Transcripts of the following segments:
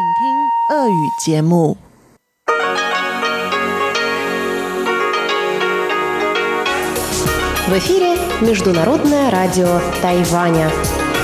В эфире Международное радио Тайваня.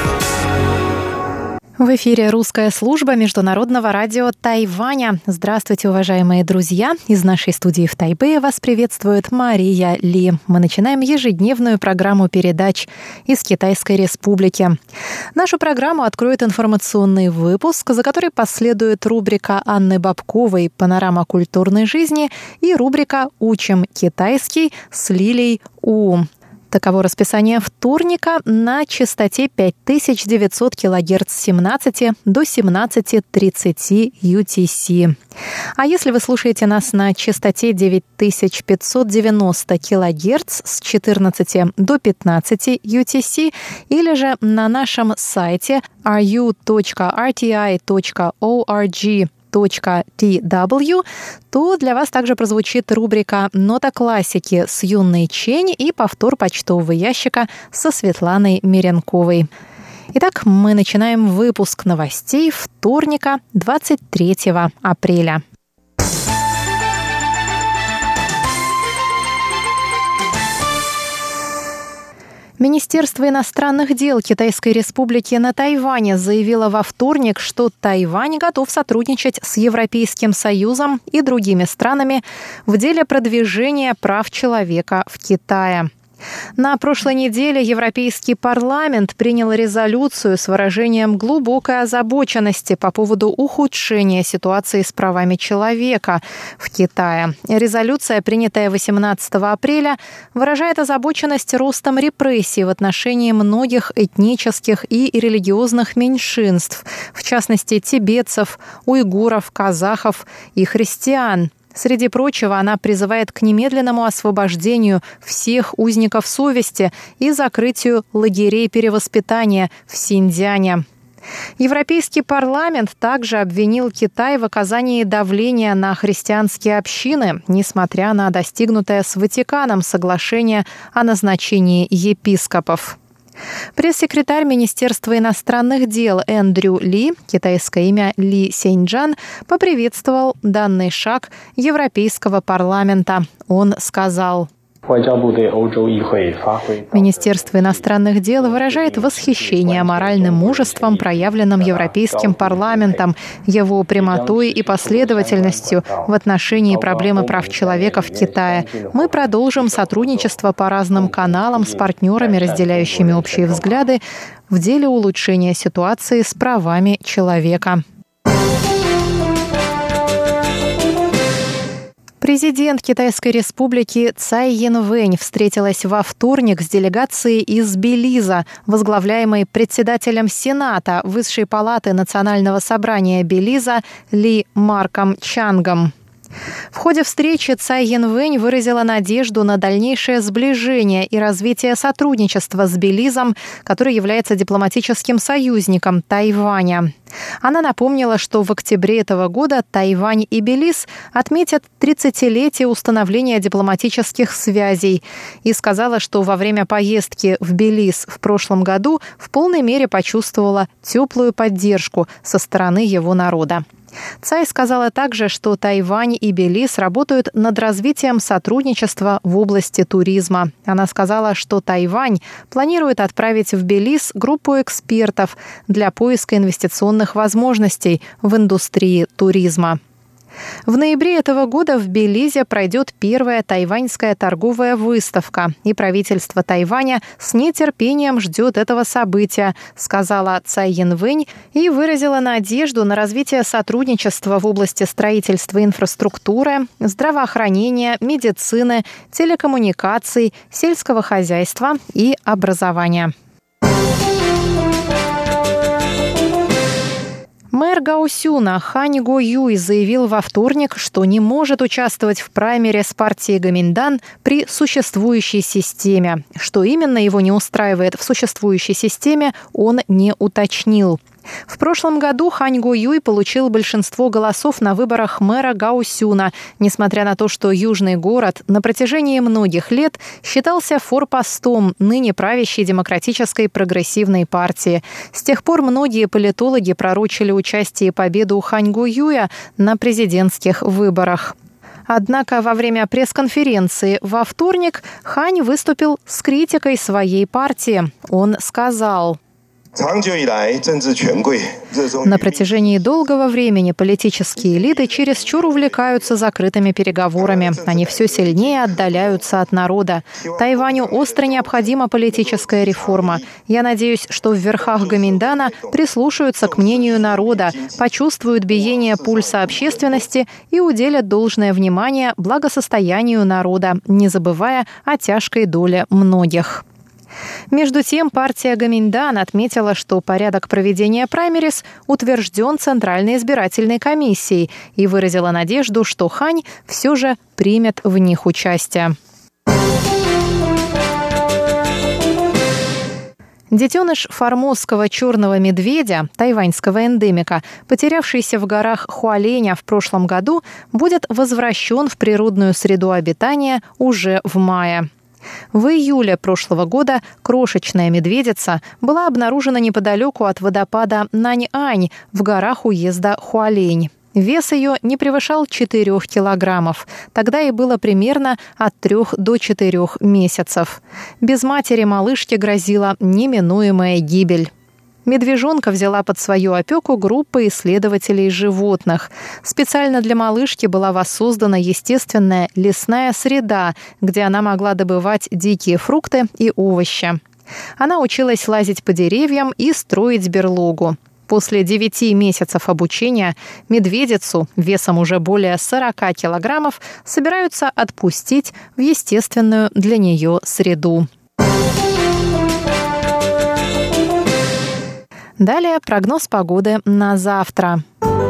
В эфире русская служба Международного радио Тайваня. Здравствуйте, уважаемые друзья! Из нашей студии в Тайбэе вас приветствует Мария Ли. Мы начинаем ежедневную программу передач из Китайской Республики. Нашу программу откроет информационный выпуск, за который последует рубрика Анны Бабковой «Панорама культурной жизни» и рубрика «Учим китайский» с Лилей У. Таково расписание вторника на частоте 5900 кГц с 17 до 17:30 UTC. А если вы слушаете нас на частоте 9590 кГц с 14 до 15 UTC или же на нашем сайте ru.rti.org.tw, то для вас также прозвучит рубрика «Нота классики» с Юной Чень и повтор почтового ящика со Светланой Меренковой. Итак, мы начинаем выпуск новостей вторника, 23 апреля. Министерство иностранных дел Китайской Республики на Тайване заявило во вторник, что Тайвань готов сотрудничать с Европейским Союзом и другими странами в деле продвижения прав человека в Китае. На прошлой неделе Европейский парламент принял резолюцию с выражением глубокой озабоченности по поводу ухудшения ситуации с правами человека в Китае. Резолюция, принятая 18 апреля, выражает озабоченность ростом репрессий в отношении многих этнических и религиозных меньшинств, в частности тибетцев, уйгуров, казахов и христиан. Среди прочего, она призывает к немедленному освобождению всех узников совести и закрытию лагерей перевоспитания в Синьцзяне. Европейский парламент также обвинил Китай в оказании давления на христианские общины, несмотря на достигнутое с Ватиканом соглашение о назначении епископов. Пресс-секретарь Министерства иностранных дел Эндрю Ли, китайское имя Ли Сяньчжан, поприветствовал данный шаг Европейского парламента. Он сказал: Министерство иностранных дел выражает восхищение моральным мужеством, проявленным Европейским парламентом, его прямотой и последовательностью в отношении проблемы прав человека в Китае. Мы продолжим сотрудничество по разным каналам с партнерами, разделяющими общие взгляды в деле улучшения ситуации с правами человека. Президент Китайской Республики Цай Янвэнь встретилась во вторник с делегацией из Белиза, возглавляемой председателем Сената Высшей палаты Национального собрания Белиза Ли Марком Чангом. В ходе встречи Цай Янвэнь выразила надежду на дальнейшее сближение и развитие сотрудничества с Белизом, который является дипломатическим союзником Тайваня. Она напомнила, что в октябре этого года Тайвань и Белиз отметят 30-летие установления дипломатических связей и сказала, что во время поездки в Белиз в прошлом году в полной мере почувствовала теплую поддержку со стороны его народа. Цай сказала также, что Тайвань и Белиз работают над развитием сотрудничества в области туризма. Она сказала, что Тайвань планирует отправить в Белиз группу экспертов для поиска инвестиционных возможностей в индустрии туризма. В ноябре этого года в Белизе пройдет первая тайваньская торговая выставка, и правительство Тайваня с нетерпением ждет этого события, сказала Цай Янвэнь и выразила надежду на развитие сотрудничества в области строительства инфраструктуры, здравоохранения, медицины, телекоммуникаций, сельского хозяйства и образования. Мэр Гаосюна Хань Го-Юй заявил во вторник, что не может участвовать в праймериз партии Гоминдан при существующей системе. Что именно его не устраивает в существующей системе, он не уточнил. В прошлом году Хань Го-юй получил большинство голосов на выборах мэра Гаосюна, несмотря на то, что южный город на протяжении многих лет считался форпостом ныне правящей демократической прогрессивной партии. С тех пор многие политологи пророчили участие и победу Хань Го-юя на президентских выборах. Однако во время пресс-конференции во вторник Хань выступил с критикой своей партии. Он сказал: на протяжении долгого времени политические элиты чересчур увлекаются закрытыми переговорами. Они все сильнее отдаляются от народа. Тайваню остро необходима политическая реформа. Я надеюсь, что в верхах Гоминьдана прислушаются к мнению народа, почувствуют биение пульса общественности и уделят должное внимание благосостоянию народа, не забывая о тяжкой доле многих. Между тем, партия Гоминьдан отметила, что порядок проведения праймериз утвержден Центральной избирательной комиссией и выразила надежду, что Хань все же примет в них участие. Детеныш формозского черного медведя, тайваньского эндемика, потерявшийся в горах Хуаленя в прошлом году, будет возвращен в природную среду обитания уже в мае. В июле прошлого года крошечная медведица была обнаружена неподалеку от водопада Наньань в горах уезда Хуалень. Вес ее не превышал 4 килограммов. Тогда ей было примерно от 3 до 4 месяцев. Без матери малышке грозила неминуемая гибель. Медвежонка взяла под свою опеку группа исследователей животных. Специально для малышки была воссоздана естественная лесная среда, где она могла добывать дикие фрукты и овощи. Она училась лазить по деревьям и строить берлогу. После 9 месяцев обучения медведицу весом уже более 40 килограммов собираются отпустить в естественную для нее среду. Далее прогноз погоды на завтра.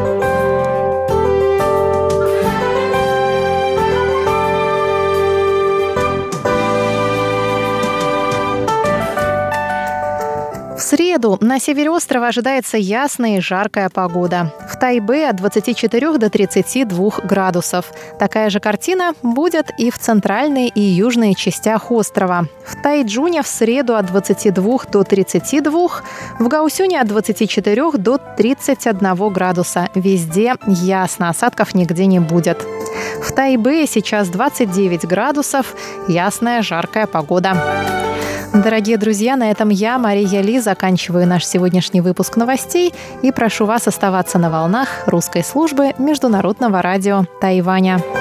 В среду на севере острова ожидается ясная и жаркая погода. В Тайбе от 24 до 32 градусов. Такая же картина будет и в центральной и южной частях острова. В Тайчжуне в среду от 22 до 32, в Гаосюне от 24 до 31 градуса. Везде ясно, осадков нигде не будет. В Тайбе сейчас 29 градусов, ясная жаркая погода. Дорогие друзья, на этом я, Мария Ли, заканчиваю наш сегодняшний выпуск новостей и прошу вас оставаться на волнах русской службы Международного радио Тайваня.